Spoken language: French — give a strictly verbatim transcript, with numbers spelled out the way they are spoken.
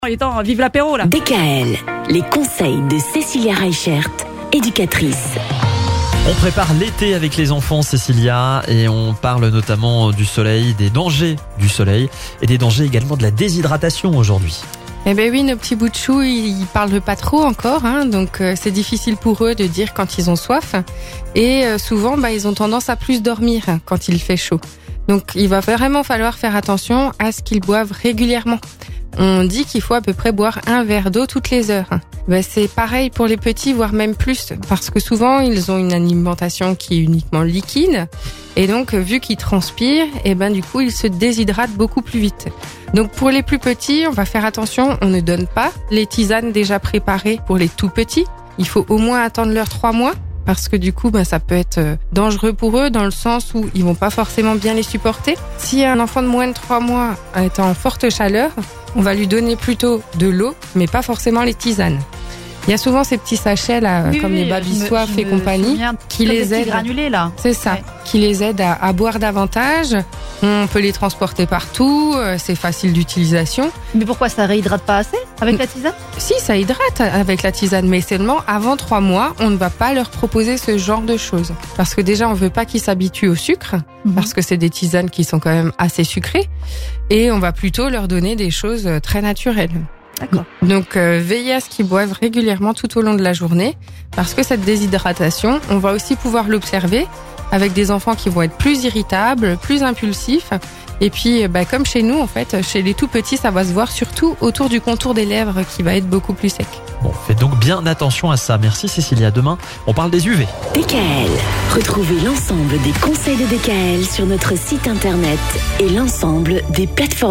Il est temps, vive l'apéro là. D K L, les conseils de Cécilia Reichert, éducatrice. On prépare l'été avec les enfants, Cécilia, et on parle notamment du soleil, des dangers du soleil et des dangers également de la déshydratation aujourd'hui. Eh ben oui, nos petits bouts de chou, ils parlent pas trop encore, hein, donc euh, c'est difficile pour eux de dire quand ils ont soif. Et euh, souvent, bah, ils ont tendance à plus dormir quand il fait chaud. Donc il va vraiment falloir faire attention à ce qu'ils boivent régulièrement. On dit qu'il faut à peu près boire un verre d'eau toutes les heures. Ben, c'est pareil pour les petits, voire même plus, parce que souvent ils ont une alimentation qui est uniquement liquide, et donc vu qu'ils transpirent, et ben du coup ils se déshydratent beaucoup plus vite. Donc pour les plus petits, on va faire attention, on ne donne pas les tisanes déjà préparées pour les tout petits. Il faut au moins attendre leurs trois mois. Parce que du coup, ben, ça peut être dangereux pour eux dans le sens où ils vont pas forcément bien les supporter. Si un enfant de moins de trois mois est en forte chaleur, on va lui donner plutôt de l'eau, mais pas forcément les tisanes. Il y a souvent ces petits sachets là, Oui, comme oui, les baby je me- soif je et me compagnie, souviens, qui comme les des petits aident. granulés là. C'est ça, Ouais. qui les aident à, à boire davantage. On peut les transporter partout, euh, c'est facile d'utilisation. Mais pourquoi ça réhydrate pas assez avec la tisane? Si, ça hydrate avec la tisane, mais seulement avant trois mois, on ne va pas leur proposer ce genre de choses. Parce que déjà, on veut pas qu'ils s'habituent au sucre, Mhm. parce que c'est des tisanes qui sont quand même assez sucrées, et on va plutôt leur donner des choses très naturelles. D'accord. Donc, euh, veillez à ce qu'ils boivent régulièrement tout au long de la journée, parce que cette déshydratation, on va aussi pouvoir l'observer avec des enfants qui vont être plus irritables, plus impulsifs. Et puis, bah, comme chez nous, en fait, chez les tout petits, ça va se voir surtout autour du contour des lèvres qui va être beaucoup plus sec. Bon, faites donc bien attention à ça. Merci Cécilia. Demain, on parle des U V. D K L, retrouvez l'ensemble des conseils de D K L sur notre site internet et l'ensemble des plateformes.